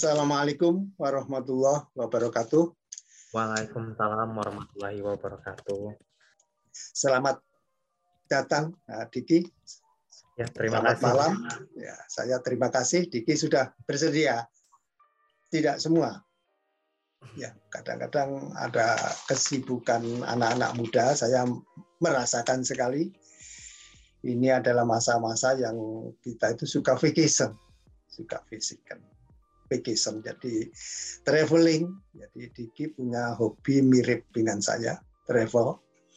Assalamualaikum warahmatullahi wabarakatuh. Waalaikumsalam warahmatullahi wabarakatuh. Selamat datang, Diki. Ya, terima Selamat kasih. malam. Ya, saya terima kasih Diki sudah bersedia. Tidak semua. Ya, kadang-kadang ada kesibukan anak-anak muda. Saya merasakan sekali. Ini adalah masa-masa yang kita itu suka vacation, vacation. Jadi traveling. Jadi Diki punya hobi mirip dengan saya, travel.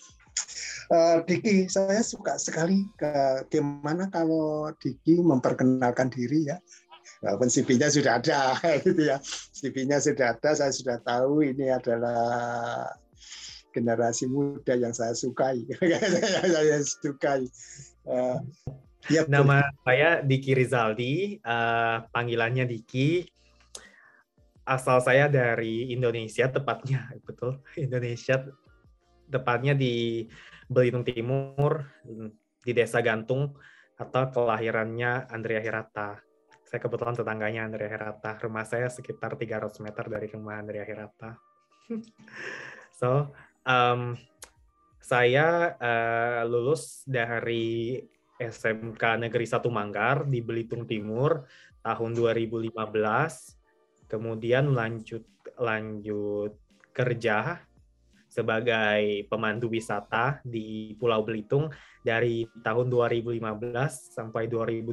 Diki, saya suka sekali gimana kalau Diki memperkenalkan diri ya. Walaupun CV-nya sudah ada, gitu ya. CV-nya sudah ada, saya sudah tahu ini adalah generasi muda yang saya sukai. Saya sukai. Ya, nama saya Diki Rizaldi, panggilannya Diki. Asal saya dari Indonesia, tepatnya betul Indonesia, tepatnya di Belitung Timur, di Desa Gantung, atau kelahirannya Andrea Hirata. Saya kebetulan tetangganya Andrea Hirata. Rumah saya sekitar 300 meter dari rumah Andrea Hirata. So, saya lulus dari SMK Negeri 1 Manggar di Belitung Timur tahun 2015. Kemudian lanjut kerja sebagai pemandu wisata di Pulau Belitung dari tahun 2015 sampai 2018.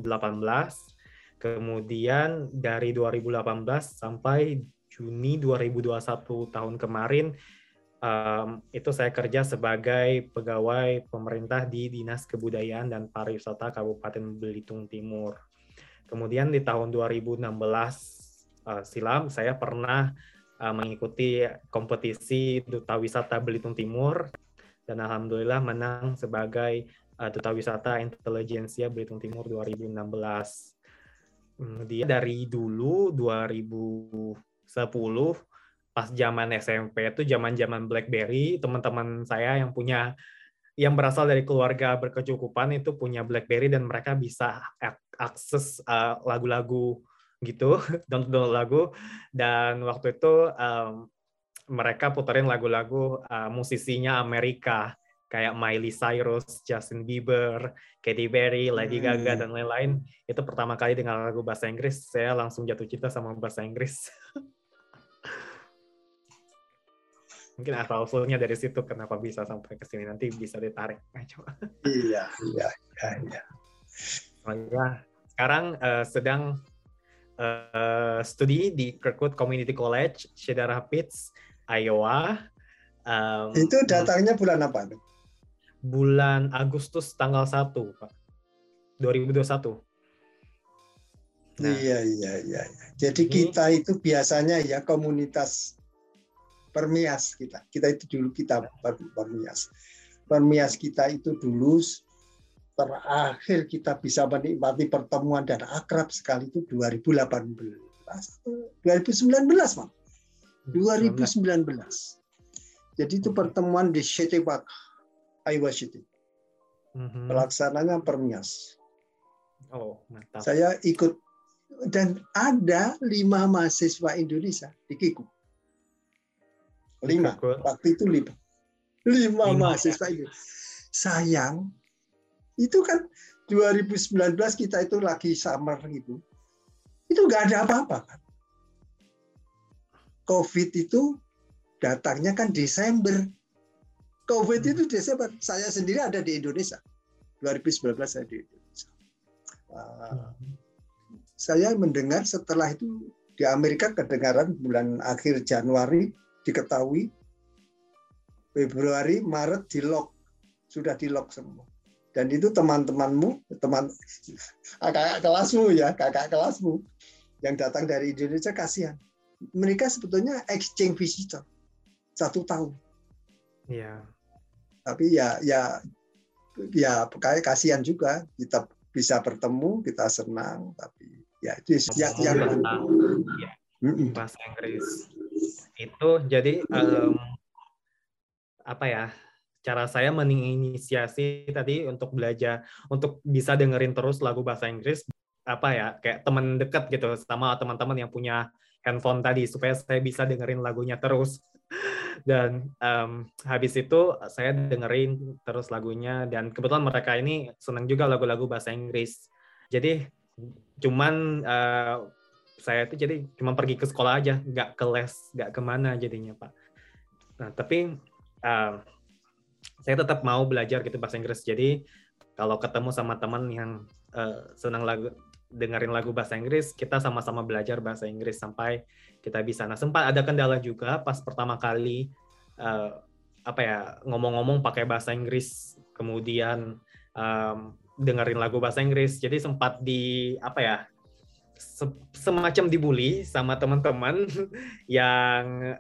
Kemudian dari 2018 sampai Juni 2021 tahun kemarin, itu saya kerja sebagai pegawai pemerintah di Dinas Kebudayaan dan Pariwisata Kabupaten Belitung Timur. Kemudian di tahun 2016 silam, saya pernah mengikuti kompetisi Duta Wisata Belitung Timur dan alhamdulillah menang sebagai Duta Wisata Intelijensia Belitung Timur 2016. Dia dari dulu 2010 pas zaman SMP itu zaman-zaman BlackBerry, teman-teman saya yang berasal dari keluarga berkecukupan itu punya BlackBerry dan mereka bisa akses lagu-lagu gitu, download lagu, dan waktu itu mereka puterin lagu-lagu musisinya Amerika kayak Miley Cyrus, Justin Bieber, Katy Perry, Lady Gaga, dan lain-lain. Itu pertama kali dengar lagu bahasa Inggris, saya langsung jatuh cinta sama bahasa Inggris. Mungkin asal-usulnya dari situ, kenapa bisa sampai ke sini, nanti bisa ditarik. Iya. Sekarang sedang studi di Kirkwood Community College, Cedar Rapids, Iowa. Itu datangnya bulan apa? Bulan Agustus tanggal 1, Pak. 2021. Nah, Iya. Jadi kita itu biasanya ya komunitas Permias kita. Kita itu dulu kita Permias. Permias kita itu dulu terakhir kita bisa menikmati pertemuan dan akrab sekali itu 2018. 2019, Pak. 2019. Jadi itu pertemuan di City Park, Iowa City. Pelaksananya Permias. Oh, mantap. Saya ikut dan ada 5 mahasiswa Indonesia di Kiku. 5. Waktu itu 5 mahasiswa itu. Sayang, itu kan 2019 kita itu lagi summer gitu. Itu nggak ada apa-apa kan. COVID itu datangnya kan Desember. COVID itu Desember. Saya sendiri ada di Indonesia. 2019 saya di Indonesia. Saya mendengar setelah itu di Amerika kedengaran bulan akhir Januari diketahui, Februari, Maret sudah di lock semua. Dan itu teman-temanmu, kakak kelasmu yang datang dari Indonesia kasihan. Mereka sebetulnya exchange visitor 1 tahun. Iya. Tapi ya kayak kasihan juga, kita bisa bertemu, kita senang, tapi ya itu yang bahasa Inggris. Itu jadi cara saya menginisiasi tadi untuk belajar, untuk bisa dengerin terus lagu bahasa Inggris, kayak teman dekat gitu, sama teman-teman yang punya handphone tadi supaya saya bisa dengerin lagunya terus. Dan habis itu saya dengerin terus lagunya, dan kebetulan mereka ini senang juga lagu-lagu bahasa Inggris. Jadi cuman saya itu jadi cuma pergi ke sekolah aja, nggak ke les, nggak kemana jadinya Pak. Nah tapi saya tetap mau belajar gitu bahasa Inggris. Jadi kalau ketemu sama teman yang senang dengerin lagu bahasa Inggris, kita sama-sama belajar bahasa Inggris sampai kita bisa. Nah sempat ada kendala juga pas pertama kali ngomong-ngomong pakai bahasa Inggris, kemudian dengerin lagu bahasa Inggris. Jadi sempat semacam dibully sama teman-teman yang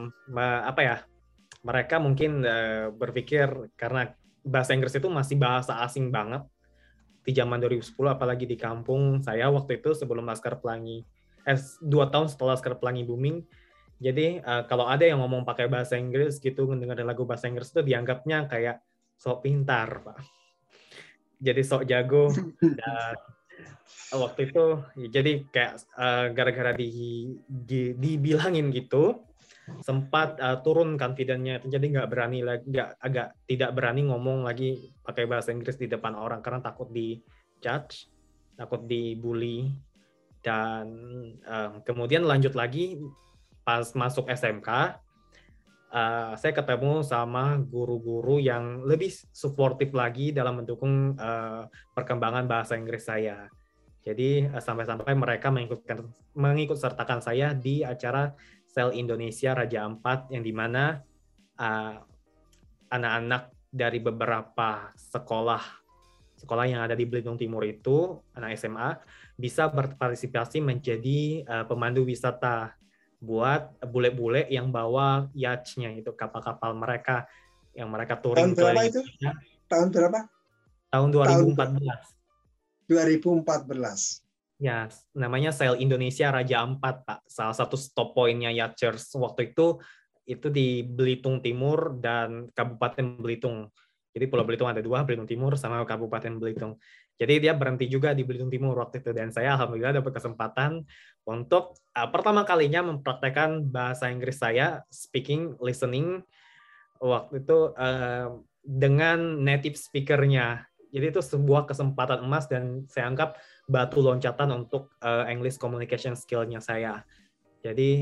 mereka mungkin berpikir karena bahasa Inggris itu masih bahasa asing banget di zaman 2010, apalagi di kampung saya waktu itu sebelum Laskar Pelangi, 2 tahun setelah Laskar Pelangi booming. Jadi kalau ada yang ngomong pakai bahasa Inggris gitu, dengerin lagu bahasa Inggris itu dianggapnya kayak sok pintar, Pak. Jadi sok jago. Dan waktu itu jadi kayak gara-gara dibilangin gitu, sempat turun confidence-nya, jadi nggak berani lagi, agak tidak berani ngomong lagi pakai bahasa Inggris di depan orang karena takut di-judge, takut dibully. Dan kemudian lanjut lagi pas masuk SMK, saya ketemu sama guru-guru yang lebih suportif lagi dalam mendukung perkembangan bahasa Inggris saya. Jadi sampai-sampai mereka mengikut sertakan saya di acara Sel Indonesia Raja Ampat, yang dimana anak-anak dari beberapa sekolah yang ada di Belitung Timur itu, anak SMA, bisa berpartisipasi menjadi pemandu wisata buat bule-bule yang bawa yacht-nya, itu kapal-kapal mereka yang mereka touring. Tahun berapa itu? Tahun berapa? Tahun 2014. 2014. Ya, namanya Sail Indonesia Raja Ampat, Pak. Salah satu stop point-nya Yachters waktu itu di Belitung Timur dan Kabupaten Belitung. Jadi Pulau Belitung ada 2, Belitung Timur sama Kabupaten Belitung. Jadi dia berhenti juga di Belitung Timur waktu itu, dan saya alhamdulillah dapat kesempatan untuk pertama kalinya mempraktekkan bahasa Inggris saya, speaking, listening, waktu itu dengan native speaker-nya. Jadi itu sebuah kesempatan emas dan saya anggap batu loncatan untuk English communication skill-nya saya. Jadi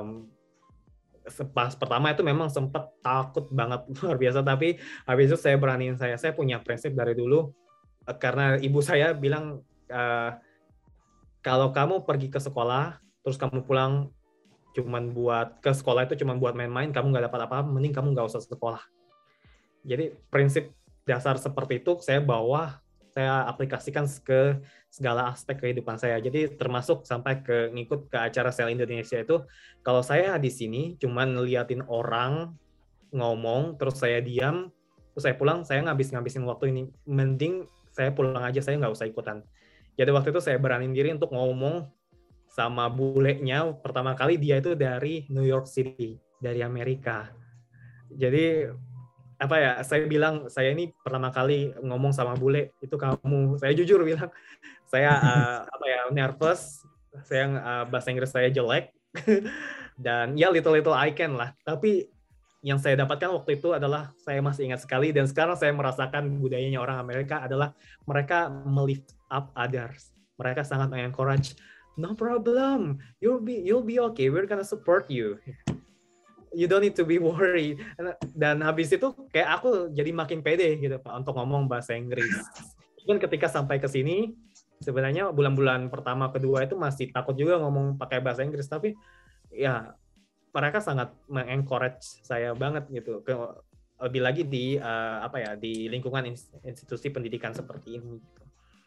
pas pertama itu memang sempat takut banget, luar biasa, tapi habis itu saya beraniin saya punya prinsip dari dulu, karena ibu saya bilang kalau kamu pergi ke sekolah terus kamu pulang cuman buat ke sekolah itu cuman buat main-main, kamu nggak dapat apa-apa, mending kamu nggak usah sekolah. Jadi prinsip dasar seperti itu saya aplikasikan ke segala aspek kehidupan saya. Jadi termasuk sampai ngikut ke acara Sel Indonesia itu, kalau saya di sini cuman ngeliatin orang ngomong terus saya diam, terus saya pulang, saya ngabisin waktu ini, mending saya pulang aja, saya nggak usah ikutan. Jadi waktu itu saya beraniin diri untuk ngomong sama bulenya. Pertama kali dia itu dari New York City, dari Amerika. Jadi saya bilang, saya ini pertama kali ngomong sama bule itu kamu. Saya jujur bilang, saya nervous, saya bahasa Inggris saya jelek, dan ya little I can lah. Tapi yang saya dapatkan waktu itu adalah, saya masih ingat sekali, dan sekarang saya merasakan budayanya orang Amerika adalah mereka melift up others. Mereka sangat mengencourage, no problem, you'll be okay, we're gonna support you. You don't need to be worried. Dan habis itu kayak aku jadi makin pede gitu Pak untuk ngomong bahasa Inggris. Dan ketika sampai ke sini, sebenarnya bulan-bulan pertama kedua itu masih takut juga ngomong pakai bahasa Inggris, tapi ya mereka sangat mengencourage saya banget gitu. Lebih lagi di di lingkungan institusi pendidikan seperti ini gitu.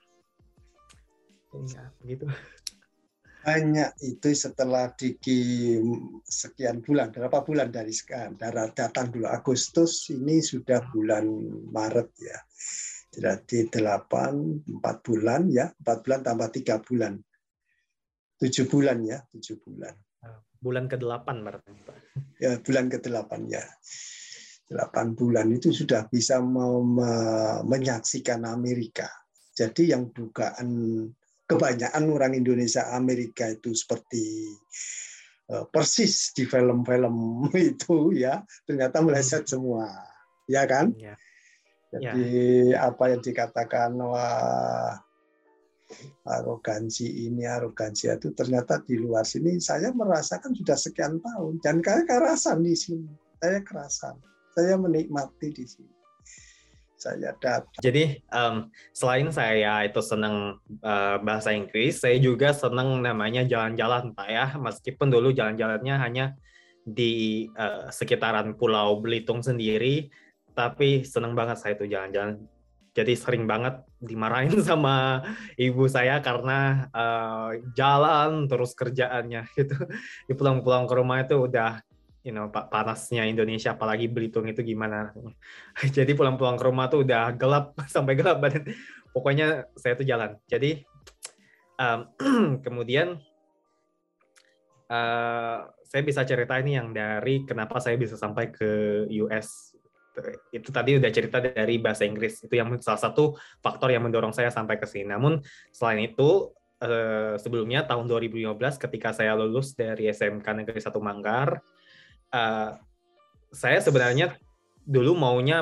Ya, begitu. Hanya itu setelah Diki sekian bulan, berapa bulan dari sekarang, datang dulu Agustus, ini sudah bulan Maret ya. Jadi 4 bulan ya, 4 bulan tambah 3 bulan. 7 bulan ya, 7 bulan. Bulan ke-8 berarti Pak. Ya, bulan ke-8 ya. 8 bulan itu sudah bisa mau menyaksikan Amerika. Jadi yang dugaan kebanyakan orang Indonesia Amerika itu seperti persis di film-film itu ya, ternyata meleset semua, ya kan? Ya. Jadi apa yang dikatakan wah arogansi ini, arogansi itu, ternyata di luar sini saya merasakan sudah sekian tahun dan kayak kerasan di sini. Saya kerasan, saya menikmati di sini. Saya datang. Jadi selain saya itu senang bahasa Inggris, saya juga senang namanya jalan-jalan, Pak ya. Meskipun dulu jalan-jalannya hanya di sekitaran Pulau Belitung sendiri, tapi senang banget saya itu jalan-jalan. Jadi sering banget dimarahin sama ibu saya karena jalan terus kerjaannya gitu. Di pulang-pulang ke rumah itu udah panasnya Indonesia, apalagi Belitung itu gimana. Jadi pulang-pulang ke rumah tuh udah gelap, sampai gelap badan. Pokoknya saya tuh jalan. Jadi kemudian saya bisa cerita ini yang dari kenapa saya bisa sampai ke US. Itu tadi udah cerita dari bahasa Inggris. Itu yang salah satu faktor yang mendorong saya sampai ke sini. Namun selain itu, sebelumnya tahun 2015 ketika saya lulus dari SMK Negeri 1 Manggar, saya sebenarnya dulu maunya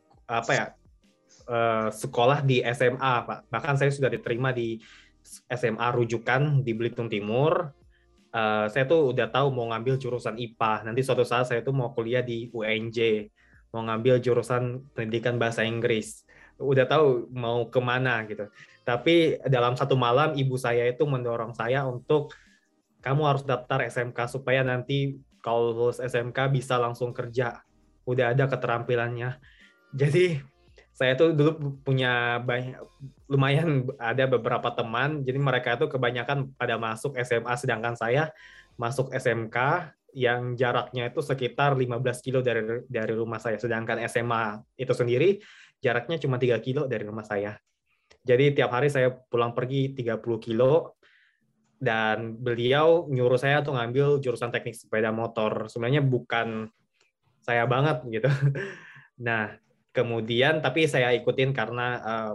sekolah di SMA, Pak. Bahkan saya sudah diterima di SMA rujukan di Belitung Timur. Saya tuh udah tahu mau ngambil jurusan IPA. Nanti suatu saat saya tuh mau kuliah di UNJ, mau ngambil jurusan pendidikan bahasa Inggris. Udah tahu mau kemana gitu. Tapi dalam satu malam ibu saya itu mendorong saya untuk kamu harus daftar SMK supaya nanti kalau lulus SMK bisa langsung kerja. Udah ada keterampilannya. Jadi saya tuh dulu punya lumayan ada beberapa teman, jadi mereka tuh kebanyakan pada masuk SMA, sedangkan saya masuk SMK yang jaraknya itu sekitar 15 kilo dari rumah saya, sedangkan SMA itu sendiri jaraknya cuma 3 kilo dari rumah saya. Jadi tiap hari saya pulang pergi 30 kilo, dan beliau nyuruh saya tuh ngambil jurusan teknik sepeda motor. Sebenarnya bukan saya banget gitu. Nah, kemudian tapi saya ikutin karena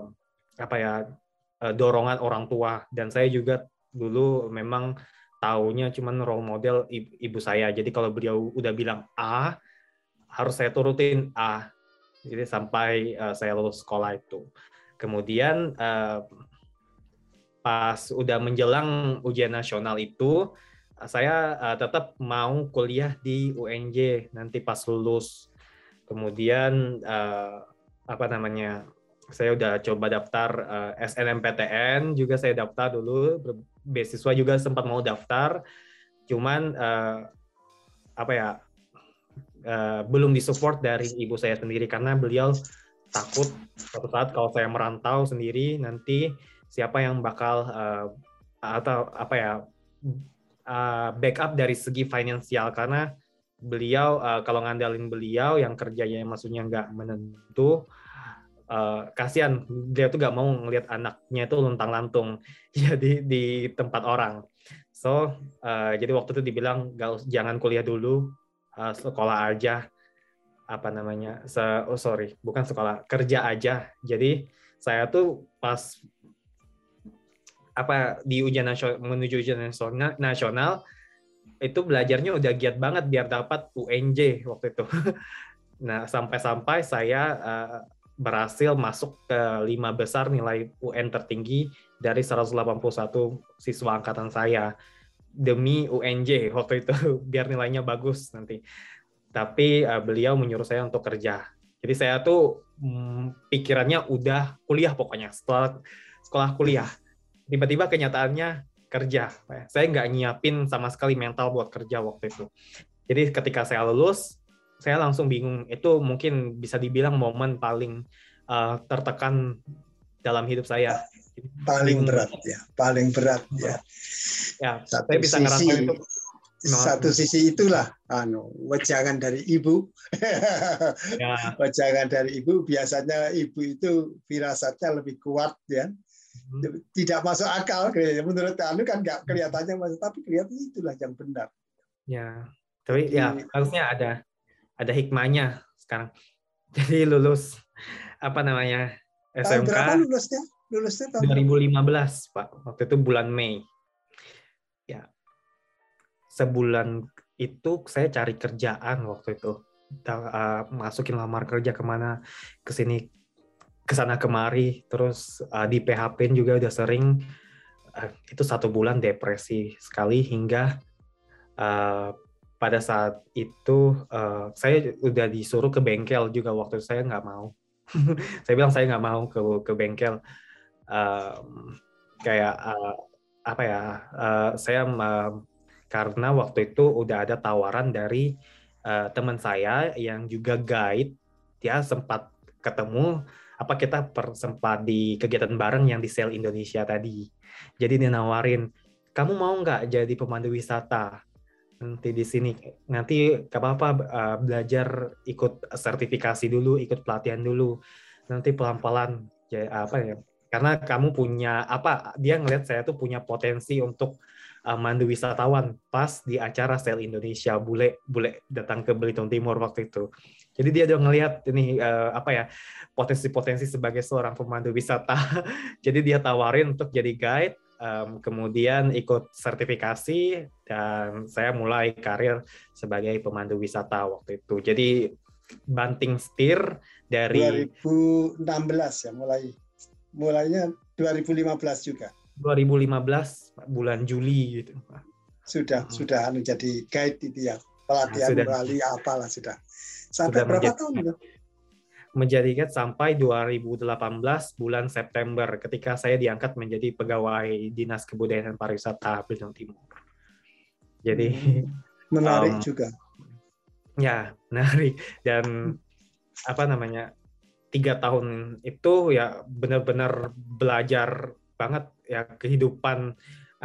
dorongan orang tua, dan saya juga dulu memang taunya cuman role model ibu saya. Jadi kalau beliau udah bilang A, harus saya turutin A. Jadi sampai saya lulus sekolah itu. Kemudian pas udah menjelang ujian nasional itu, saya tetap mau kuliah di UNJ nanti pas lulus. Kemudian saya udah coba daftar SNMPTN, juga saya daftar dulu, beasiswa juga sempat mau daftar, cuman belum disupport dari ibu saya sendiri karena beliau takut suatu saat kalau saya merantau sendiri nanti siapa yang bakal backup dari segi finansial, karena beliau kalau ngandalin beliau yang kerjanya maksudnya nggak menentu, kasihan dia tuh nggak mau ngelihat anaknya itu luntang-lantung jadi di tempat orang. So jadi waktu itu dibilang jangan kuliah dulu, sekolah aja, bukan sekolah, kerja aja. Jadi saya tuh pas di ujian nasional, menuju ujian nasional itu belajarnya udah giat banget biar dapat UNJ waktu itu. Nah, sampai-sampai saya berhasil masuk ke 5 besar nilai UN tertinggi dari 181 siswa angkatan saya demi UNJ waktu itu biar nilainya bagus nanti. Tapi beliau menyuruh saya untuk kerja. Jadi saya tuh pikirannya udah kuliah pokoknya, setelah sekolah kuliah. Tiba-tiba kenyataannya kerja. Saya nggak nyiapin sama sekali mental buat kerja waktu itu. Jadi ketika saya lulus, saya langsung bingung. Itu mungkin bisa dibilang momen paling tertekan dalam hidup saya. Paling berat ya, paling berat ya. Ya, saya bisa ngerasain itu. Satu sisi itulah wejangan dari ibu. Ya. Wejangan dari ibu, biasanya ibu itu firasatnya lebih kuat ya. Tidak masuk akal menurut kan nggak kelihatannya masuk, tapi kelihatannya itulah yang benar. Ya, tapi ya harusnya ada hikmahnya sekarang. Jadi lulus SMK. Tahun berapa lulusnya? Lulusnya tahun 2015, Pak. Waktu itu bulan Mei. Ya. sebulan itu saya cari kerjaan waktu itu. Masukin lamar kerja kemana, kesini, kesana kemari, terus di PHP juga udah sering. Itu 1 bulan depresi sekali hingga pada saat itu saya udah disuruh ke bengkel juga waktu itu. Saya nggak mau. Saya bilang saya nggak mau ke bengkel. Kayak apa ya? Saya karena waktu itu udah ada tawaran dari teman saya yang juga guide. Dia sempat ketemu kita sempat di kegiatan bareng yang di Sail Indonesia tadi. Jadi dia nawarin, kamu mau nggak jadi pemandu wisata? Nanti di sini, nanti gak apa-apa belajar, ikut sertifikasi dulu, ikut pelatihan dulu. Nanti pelan-pelan, ya, karena kamu punya dia ngelihat saya tuh punya potensi untuk mandu wisatawan pas di acara Sail Indonesia, bule datang ke Belitung Timur waktu itu. Jadi dia udah ngelihat ini potensi-potensi sebagai seorang pemandu wisata. Jadi dia tawarin untuk jadi guide, kemudian ikut sertifikasi, dan saya mulai karir sebagai pemandu wisata waktu itu. Jadi banting setir dari 2016 ya, mulainya 2015 juga. 2015 bulan Juli gitu. Sudah jadi guide itu ya, pelatihan melalui apalah sudah. Sampai sudah berapa tahun itu? Menjadi guide sampai 2018 bulan September ketika saya diangkat menjadi pegawai Dinas Kebudayaan dan Pariwisata Belitung Timur. Jadi menarik juga. Ya, menarik. Dan 3 tahun itu ya benar-benar belajar banget ya kehidupan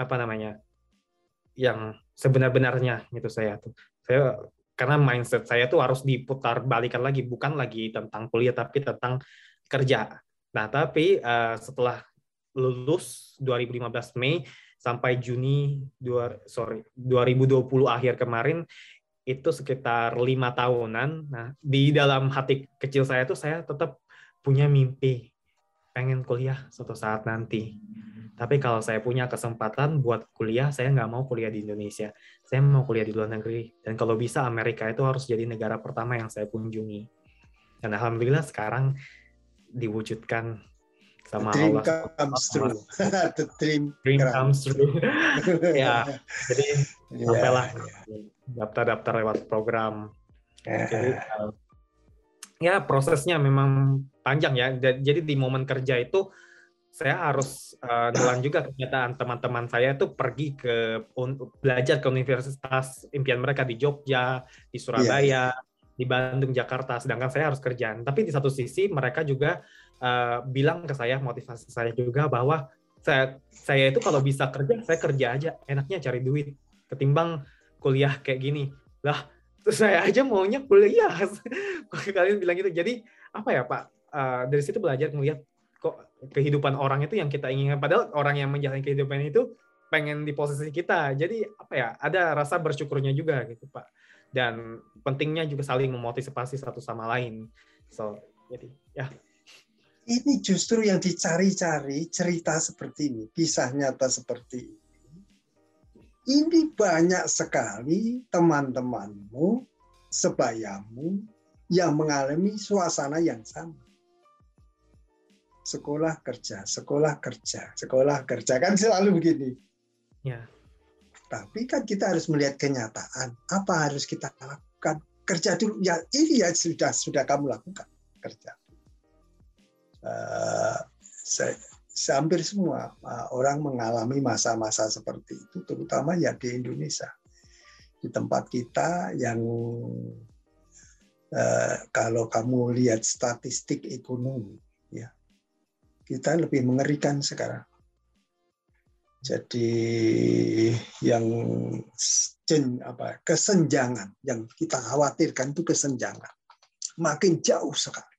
yang sebenar-benarnya gitu saya karena mindset saya tuh harus diputar balikan lagi, bukan lagi tentang kuliah tapi tentang kerja. Nah, tapi setelah lulus 2015 Mei sampai Juni 2020 akhir kemarin, itu sekitar 5 tahunan. Nah, di dalam hati kecil saya tuh saya tetap punya mimpi pengen kuliah suatu saat nanti. Tapi kalau saya punya kesempatan buat kuliah, saya nggak mau kuliah di Indonesia. Saya mau kuliah di luar negeri. Dan kalau bisa Amerika itu harus jadi negara pertama yang saya kunjungi. Dan alhamdulillah sekarang diwujudkan sama Allah. Comes true. The dream comes true. Ya, jadi sampailah daftar lewat program. Jadi ya prosesnya memang panjang ya. Jadi di momen kerja itu saya harus nelan juga kenyataan teman-teman saya itu pergi belajar ke universitas impian mereka di Jogja, di Surabaya, di Bandung, Jakarta. Sedangkan saya harus kerjaan. Tapi di satu sisi mereka juga bilang ke saya, motivasi saya juga bahwa saya itu kalau bisa kerja, saya kerja aja. Enaknya cari duit ketimbang kuliah kayak gini. Lah, saya aja maunya kuliah. Kalian bilang gitu. Jadi apa ya Pak? Dari situ belajar melihat kok kehidupan orang itu yang kita inginkan, padahal orang yang menjalani kehidupan itu pengen di posisi kita. Jadi ada rasa bersyukurnya juga gitu Pak. Dan pentingnya juga saling memotivasi satu sama lain. Jadi ya. Ini justru yang dicari-cari, cerita seperti ini, kisah nyata seperti ini. Ini banyak sekali teman-temanmu, sebayamu yang mengalami suasana yang sama. Sekolah kerja kan selalu begini. Ya. Tapi kan kita harus melihat kenyataan. Apa harus kita lakukan? Kerja dulu. Ya ini ya sudah kamu lakukan kerja. Hampir semua orang mengalami masa-masa seperti itu, terutama ya di Indonesia. Di tempat kita yang kalau kamu lihat statistik ekonomi, ya kita lebih mengerikan sekarang. Jadi yang kesenjangan yang kita khawatirkan itu kesenjangan makin jauh sekali.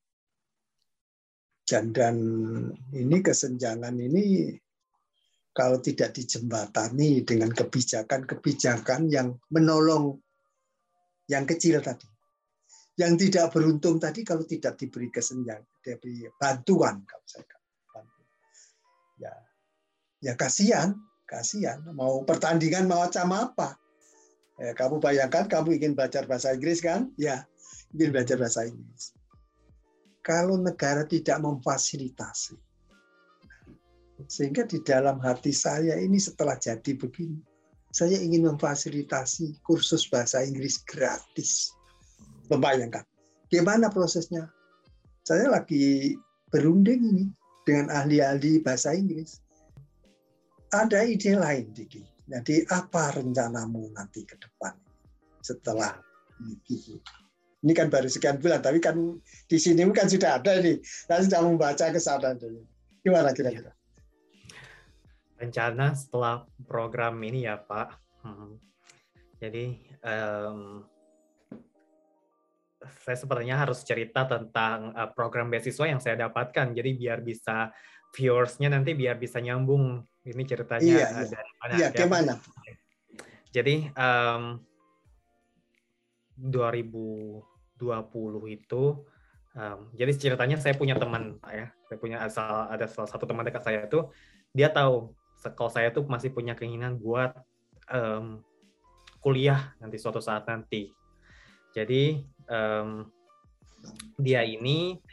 Dan ini kesenjangan ini kalau tidak dijembatani dengan kebijakan yang menolong yang kecil tadi, yang tidak beruntung tadi, kalau tidak diberi kesenjangan, diberi bantuan, kalau saya katakan. Ya kasihan, mau pertandingan macam apa? Kamu bayangkan kamu ingin belajar bahasa Inggris kan? Ya, ingin belajar bahasa Inggris. Kalau negara tidak memfasilitasi, sehingga di dalam hati saya ini setelah jadi begini, saya ingin memfasilitasi kursus bahasa Inggris gratis. Membayangkan, gimana prosesnya? Saya lagi berunding ini dengan ahli-ahli bahasa Inggris. Ada ide lain, Diki. Jadi apa rencanamu nanti ke depan setelah ini? Ini kan baru sekian bulan, tapi kan di sini kan sudah ada ini. Saya sudah membaca ke sana dulu. Gimana kira-kira? Rencana setelah program ini ya Pak. Jadi saya sepertinya harus cerita tentang program beasiswa yang saya dapatkan. Jadi biar bisa viewers-nya nanti biar bisa nyambung. Ini ceritanya dari mana? Iya, gimana? Jadi 2020 itu, jadi ceritanya saya punya teman, Pak ya. Saya punya ada salah satu teman dekat saya tuh, dia tahu kalau saya tuh masih punya keinginan buat kuliah nanti suatu saat nanti. Jadi dia ini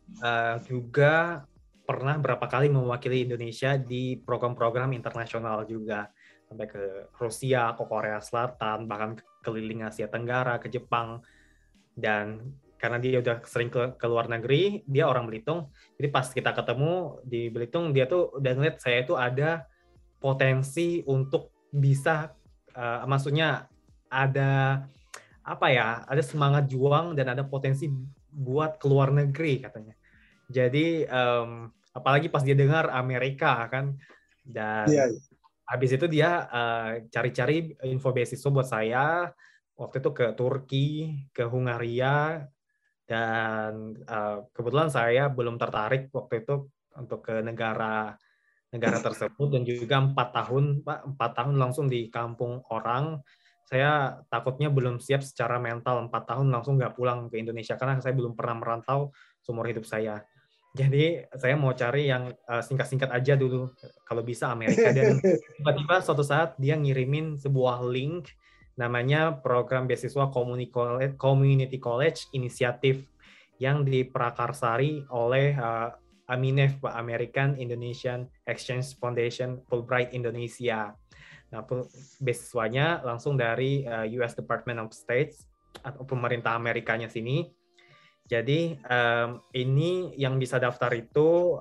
juga pernah berapa kali mewakili Indonesia di program-program internasional juga, sampai ke Rusia, ke Korea Selatan, bahkan keliling Asia Tenggara, ke Jepang. Dan karena dia udah sering ke luar negeri, dia orang Belitung, jadi pas kita ketemu di Belitung, dia tuh udah ngeliat saya itu ada potensi untuk bisa, maksudnya ada apa ya, ada semangat juang dan ada potensi buat keluar negeri katanya. Jadi apalagi pas dia dengar Amerika kan, dan habis itu dia cari-cari info beasiswa buat saya waktu itu ke Turki, ke Hungaria, dan kebetulan saya belum tertarik waktu itu untuk ke negara tersebut, dan juga 4 tahun Pak, 4 tahun langsung di kampung orang. Saya takutnya belum siap secara mental 4 tahun langsung nggak pulang ke Indonesia karena saya belum pernah merantau seumur hidup saya. Jadi saya mau cari yang singkat-singkat aja dulu, kalau bisa Amerika. Dan tiba-tiba suatu saat dia ngirimin sebuah link namanya program beasiswa Community College Initiative yang diprakarsari oleh AMINEF, American Indonesian Exchange Foundation Fulbright Indonesia. Nah, beasiswanya langsung dari US Department of State atau pemerintah Amerikanya sini. Jadi ini yang bisa daftar itu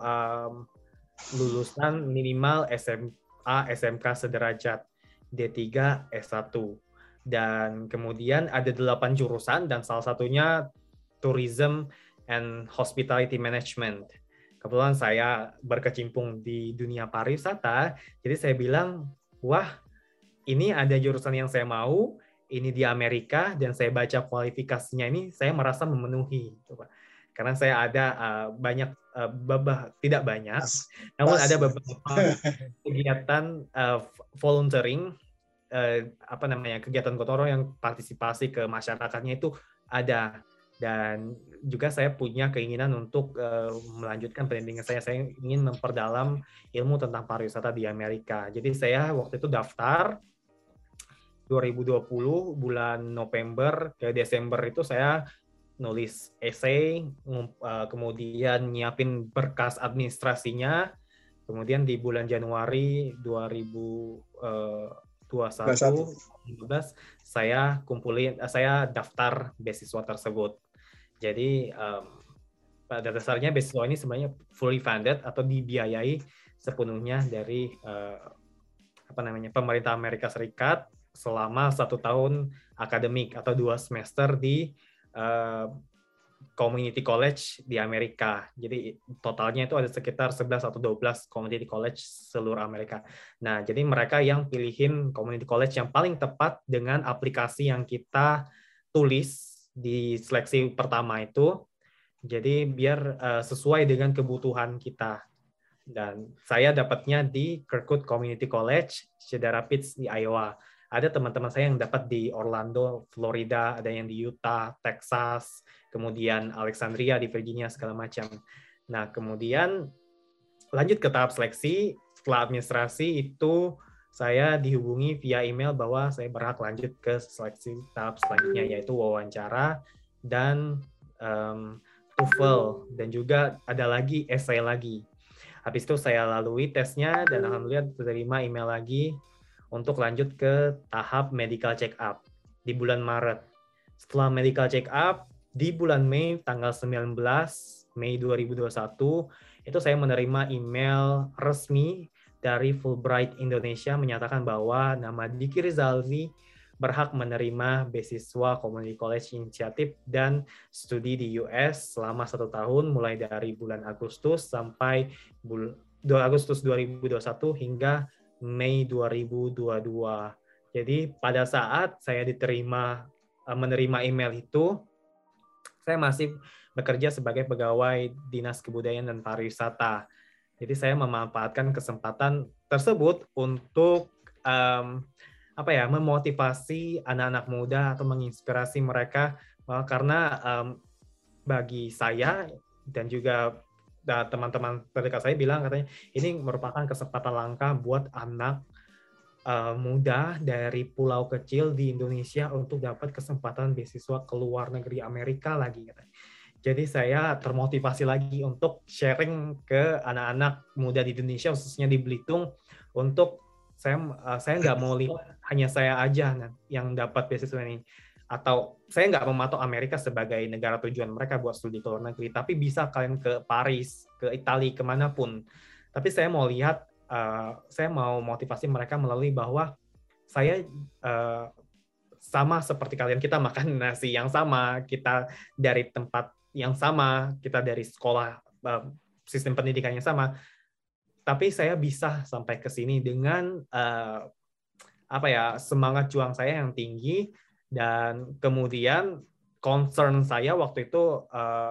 lulusan minimal SMA, SMK sederajat, D3, S1. Dan kemudian ada 8 jurusan dan salah satunya Tourism and Hospitality Management. Kebetulan saya berkecimpung di dunia pariwisata, jadi saya bilang, wah, ini ada jurusan yang saya mau, ini di Amerika, dan saya baca kualifikasinya ini, saya merasa memenuhi. Karena saya ada banyak, tidak banyak, namun ada beberapa kegiatan volunteering, kegiatan gotong royong yang partisipasi ke masyarakatnya itu ada. Dan juga saya punya keinginan untuk melanjutkan pendidikan saya. Saya ingin memperdalam ilmu tentang pariwisata di Amerika. Jadi saya waktu itu daftar 2020 bulan November ke Desember itu saya nulis essay, kemudian nyiapin berkas administrasinya. Kemudian di bulan Januari 2021 saya daftar beasiswa tersebut. Jadi pada dasarnya beasiswa ini sebenarnya fully funded atau dibiayai sepenuhnya dari pemerintah Amerika Serikat selama 1 tahun akademik atau 2 semester di community college di Amerika. Jadi totalnya itu ada sekitar 11 atau 12 community college seluruh Amerika. Nah, jadi mereka yang pilihin community college yang paling tepat dengan aplikasi yang kita tulis di seleksi pertama itu. Jadi biar sesuai dengan kebutuhan kita. Dan saya dapatnya di Kirkwood Community College, Cedar Rapids di Iowa. Ada teman-teman saya yang dapat di Orlando, Florida, ada yang di Utah, Texas, kemudian Alexandria di Virginia, segala macam. Nah, kemudian lanjut ke tahap seleksi. Setelah administrasi itu saya dihubungi via email bahwa saya berhak lanjut ke seleksi tahap selanjutnya, yaitu wawancara dan TOEFL, dan juga ada lagi essay lagi. Habis itu saya lalui tesnya dan alhamdulillah terima email lagi untuk lanjut ke tahap medical check up di bulan Maret. Setelah medical check up di bulan Mei, tanggal 19 Mei 2021, itu saya menerima email resmi dari Fulbright Indonesia menyatakan bahwa nama Diki Rizaldi berhak menerima beasiswa Community College Initiative dan studi di US selama 1 tahun mulai dari bulan Agustus sampai Agustus 2021 hingga Mei 2022. Jadi pada saat saya menerima email itu, saya masih bekerja sebagai pegawai Dinas Kebudayaan dan Pariwisata. Jadi saya memanfaatkan kesempatan tersebut untuk memotivasi anak-anak muda atau menginspirasi mereka, karena bagi saya dan juga teman-teman terdekat saya bilang katanya ini merupakan kesempatan langka buat anak muda dari pulau kecil di Indonesia untuk dapat kesempatan beasiswa ke luar negeri Amerika lagi katanya. Jadi saya termotivasi lagi untuk sharing ke anak-anak muda di Indonesia, khususnya di Belitung, untuk saya nggak mau lihat hanya saya aja yang dapat beasiswa ini, atau saya nggak mematok Amerika sebagai negara tujuan mereka buat studi ke luar negeri, tapi bisa kalian ke Paris, ke Italia, kemanapun. Tapi saya mau lihat, saya mau motivasi mereka melalui bahwa saya sama seperti kalian, kita makan nasi yang sama, kita dari tempat yang sama, kita dari sekolah, sistem pendidikan yang sama, tapi saya bisa sampai ke sini dengan semangat juang saya yang tinggi, dan kemudian concern saya waktu itu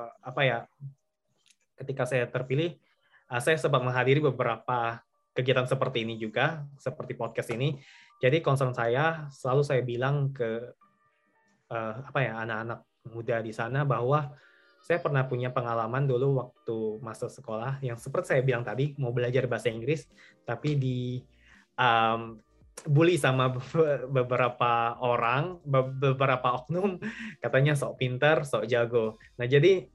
ketika saya terpilih, saya sempat menghadiri beberapa kegiatan seperti ini juga, seperti podcast ini. Jadi concern saya selalu saya bilang ke anak-anak muda di sana bahwa saya pernah punya pengalaman dulu waktu masa sekolah yang seperti saya bilang tadi, mau belajar bahasa Inggris tapi bully sama beberapa orang, beberapa oknum, katanya sok pinter, sok jago. Nah jadi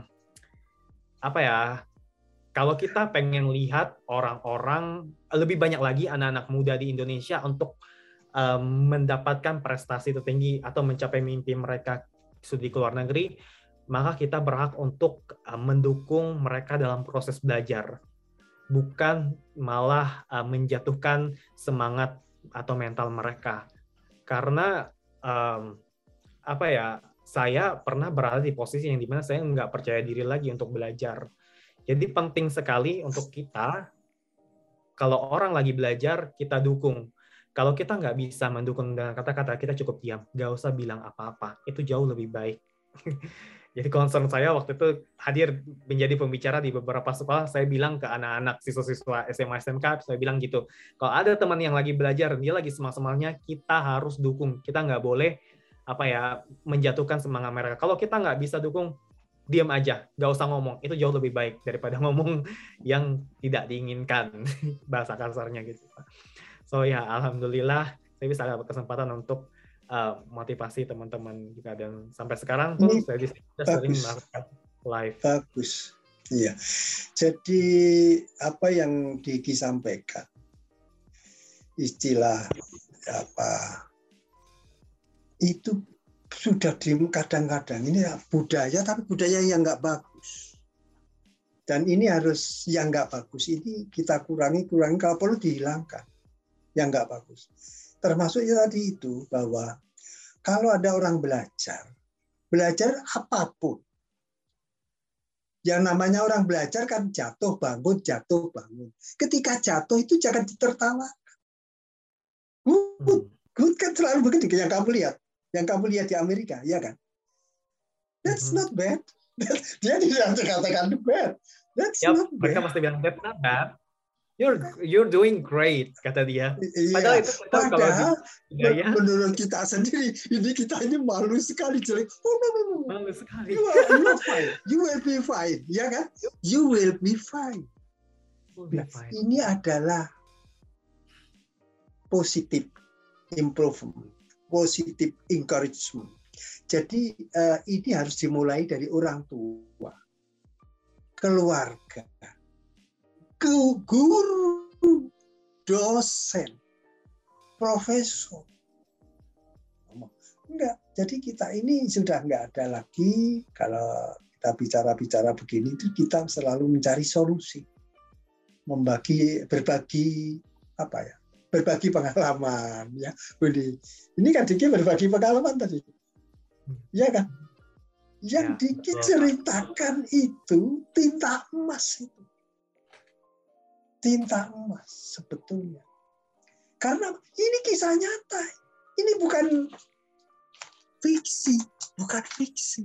kalau kita pengen lihat orang-orang lebih banyak lagi anak-anak muda di Indonesia untuk mendapatkan prestasi tertinggi atau mencapai mimpi mereka studi ke luar negeri, maka kita berhak untuk mendukung mereka dalam proses belajar, bukan malah menjatuhkan semangat atau mental mereka. Karena saya pernah berada di posisi yang dimana saya nggak percaya diri lagi untuk belajar. Jadi penting sekali untuk kita, kalau orang lagi belajar, kita dukung. Kalau kita nggak bisa mendukung dengan kata-kata, kita cukup diam, nggak usah bilang apa-apa. Itu jauh lebih baik. Jadi concern saya waktu itu hadir menjadi pembicara di beberapa sekolah, saya bilang ke anak-anak siswa-siswa SMA SMK, saya bilang gitu, kalau ada teman yang lagi belajar, dia lagi semangat-semangatnya, kita harus dukung. Kita nggak boleh menjatuhkan semangat mereka. Kalau kita nggak bisa dukung, diam aja, nggak usah ngomong. Itu jauh lebih baik daripada ngomong yang tidak diinginkan, bahasa kasarnya gitu. So ya, alhamdulillah saya bisa dapat kesempatan untuk motivasi teman-teman juga, dan sampai sekarang tuh saya sering melakukan live. Bagus, iya. Jadi apa yang Diki sampaikan, istilah itu sudah kadang-kadang ini budaya, tapi budaya yang nggak bagus. Dan ini harus yang nggak bagus ini kita kurangi, kalau perlu dihilangkan yang nggak bagus. Termasuk tadi itu bahwa kalau ada orang belajar apapun. Yang namanya orang belajar kan jatuh bangun. Ketika jatuh itu jangan ditertawakan. Good kan selalu begitu yang kamu lihat di Amerika, ya kan? That's not bad. Dia tidak katakan bad. That's not bad. Mereka pasti bilang that's not bad. You're doing great, kata dia. Padahal itu menurut kita sendiri, kita ini malu sekali, jelek. No. Malu sekali. You are fine. You will be fine, ya kan? You will be fine. Ini adalah positive improvement, positive encouragement. Jadi ini harus dimulai dari orang tua, keluarga, guru, dosen, profesor. Enggak, jadi kita ini sudah enggak ada lagi, kalau kita bicara-bicara begini itu kita selalu mencari solusi, berbagi pengalaman ya. Ini kan Diki berbagi pengalaman tadi, ya kan? Yang Ya, Diki betul. ceritakan itu tinta emas itu, tinta emas sebetulnya. Karena ini kisah nyata, ini bukan fiksi, bukan fiksi.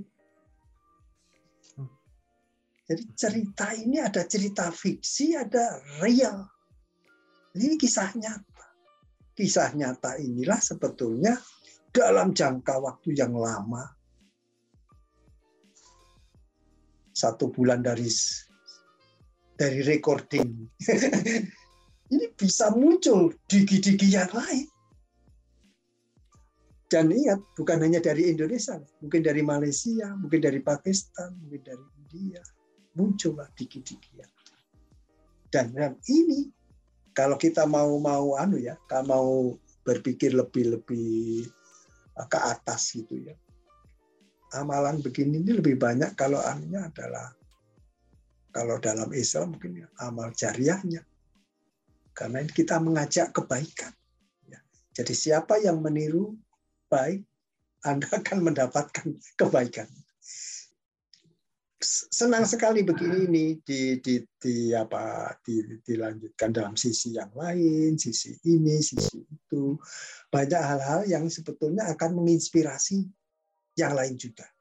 Jadi cerita ini ada cerita fiksi, ada real. Ini kisah nyata. Kisah nyata inilah sebetulnya dalam jangka waktu yang lama, 1 bulan dari recording, ini bisa muncul digi-digi yang lain. Dan ingat, bukan hanya dari Indonesia, mungkin dari Malaysia, mungkin dari Pakistan, mungkin dari India, muncullah dikit-dikit. Dan ini kalau kita mau berpikir lebih ke atas gitu ya. Amalan begini ini lebih banyak kalau anunya adalah, kalau dalam Islam mungkin amal jariahnya. Karena ini kita mengajak kebaikan. Jadi siapa yang meniru baik, Anda akan mendapatkan kebaikan. Senang sekali begini dilanjutkan dalam sisi yang lain, sisi ini, sisi itu. Banyak hal-hal yang sebetulnya akan menginspirasi yang lain juga.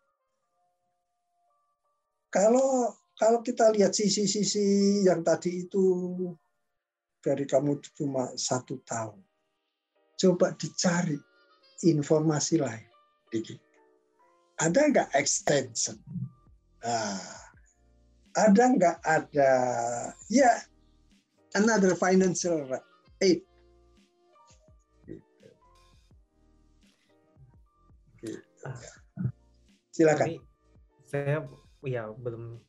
Kalau kita lihat sisi-sisi yang tadi itu dari kamu cuma 1 tahun, coba dicari informasi lain. Ada nggak extension? Ada nggak ada another financial aid? Silakan. Saya belum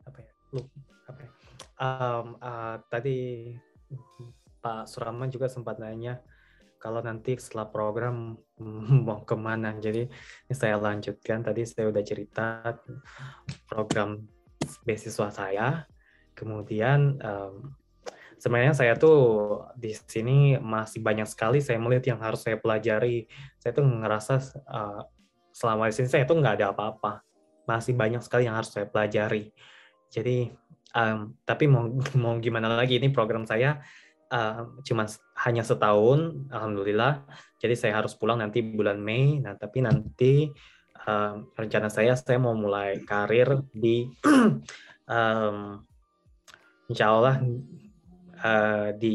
tadi Pak Suraman juga sempat nanya kalau nanti setelah program mau kemana. Jadi ini saya lanjutkan. Tadi saya udah cerita program beasiswa saya. Kemudian sebenarnya saya tuh di sini masih banyak sekali saya melihat yang harus saya pelajari. Saya tuh ngerasa selama di sini saya tuh nggak ada apa-apa. Masih banyak sekali yang harus saya pelajari. Jadi tapi mau gimana lagi, ini program saya cuma hanya setahun, alhamdulillah. Jadi saya harus pulang nanti bulan Mei. Nah, tapi nanti rencana saya mau mulai karir di insya Allah di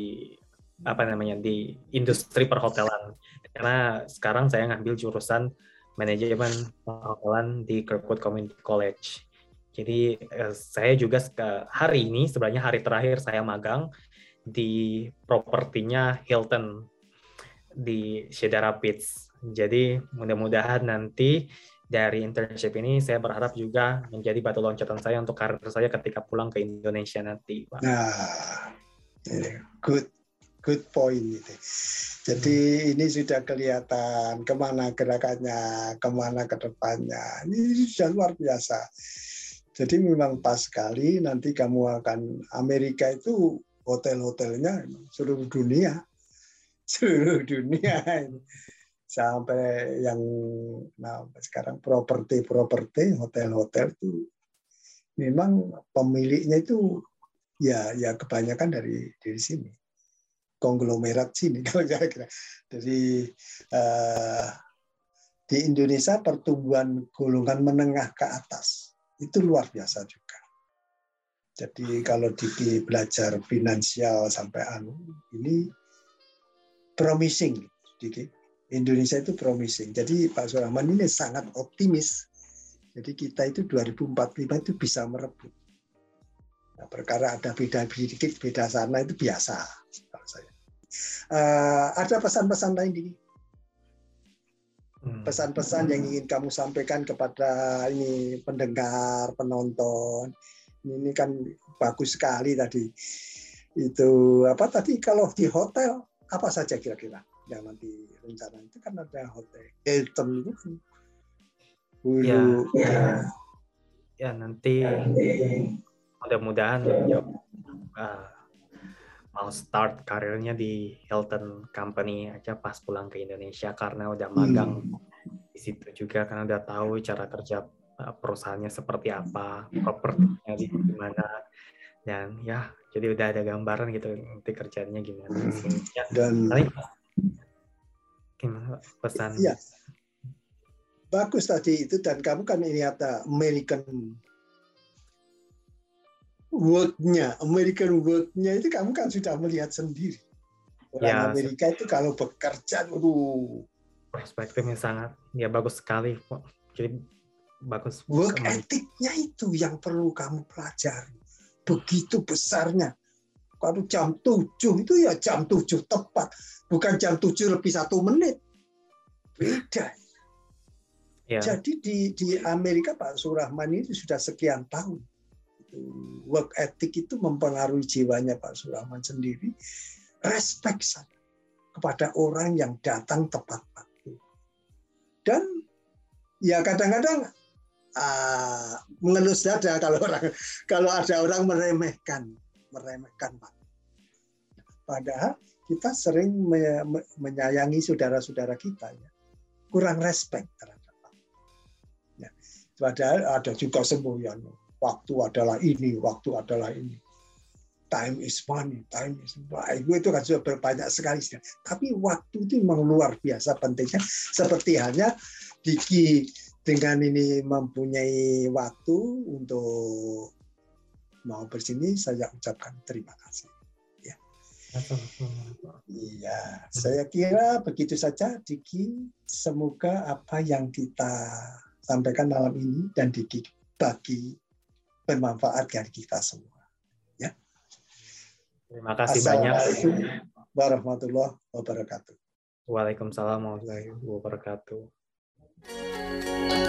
industri perhotelan. Karena sekarang saya ngambil jurusan manajemen perhotelan di Kirkwood Community College. Jadi saya juga hari ini sebenarnya hari terakhir saya magang di propertinya Hilton di Cedar Rapids. Jadi mudah-mudahan nanti dari internship ini saya berharap juga menjadi batu loncatan saya untuk karir saya ketika pulang ke Indonesia nanti, Pak. Nah, good point itu. Jadi ini sudah kelihatan kemana gerakannya, kemana ke depannya. Ini sudah luar biasa. Jadi memang pas sekali nanti kamu akan, Amerika itu hotel-hotelnya seluruh dunia sampai yang sekarang properti hotel-hotel itu memang pemiliknya itu ya kebanyakan dari sini, konglomerat sini kalau kira-kira. Jadi di Indonesia pertumbuhan golongan menengah ke atas itu luar biasa juga. Jadi kalau Diki belajar finansial sampai ini promising, Diki. Indonesia itu promising. Jadi Pak Suraman ini sangat optimis. Jadi kita itu 2045 itu bisa merebut. Nah, perkara ada beda sedikit, beda sana itu biasa kalau saya. Ada pesan-pesan lain Diki? Pesan-pesan yang ingin kamu sampaikan kepada ini pendengar, penonton. Ini kan bagus sekali tadi. Itu apa tadi kalau di hotel apa saja kira-kira yang nanti rencana itu kan ada hotel Hilton itu kan dulu ya nanti mudah-mudahan ya, mau start karirnya di Hilton Company aja pas pulang ke Indonesia karena udah magang di situ juga, karena udah tahu cara kerja perusahaannya seperti apa, propertinya di gimana, dan ya jadi udah ada gambaran gitu nanti kerjanya gimana. Ya, dan gimana pesan? Ya, bagus tadi itu, dan kamu kan ini ada American work-nya itu kamu kan sudah melihat sendiri. Orang Amerika itu kalau bekerja, perspektifnya sangat bagus sekali. Jadi bagus. Work ethic-nya itu yang perlu kamu pelajari. Begitu besarnya. Kalau jam 7 itu ya jam 7 tepat. Bukan jam 7 lebih 1 menit. Beda. Ya. Jadi di Amerika Pak Surahman itu sudah sekian tahun. Work ethic itu mempengaruhi jiwanya Pak Surahman sendiri. Respect saja kepada orang yang datang tepat waktu. Dan ya kadang-kadang mengelus dada kalau ada orang meremehkan Pak. Padahal kita sering menyayangi saudara-saudara kita ya. Kurang respect terhadap Pak. Ya. Padahal ada juga semboyan. Waktu adalah ini, waktu adalah ini. Time is money, time is money. Itu kan sudah berbanyak sekali. Tapi waktu itu memang luar biasa pentingnya. Seperti halnya Diki dengan ini mempunyai waktu untuk mau bersini, saya ucapkan terima kasih. Ya. Iya, saya kira begitu saja Diki. Semoga apa yang kita sampaikan malam ini dan Diki bagi bermanfaat dari kita semua. Ya. Terima kasih banyak. Assalamualaikum warahmatullahi wabarakatuh. Waalaikumsalam warahmatullahi wabarakatuh.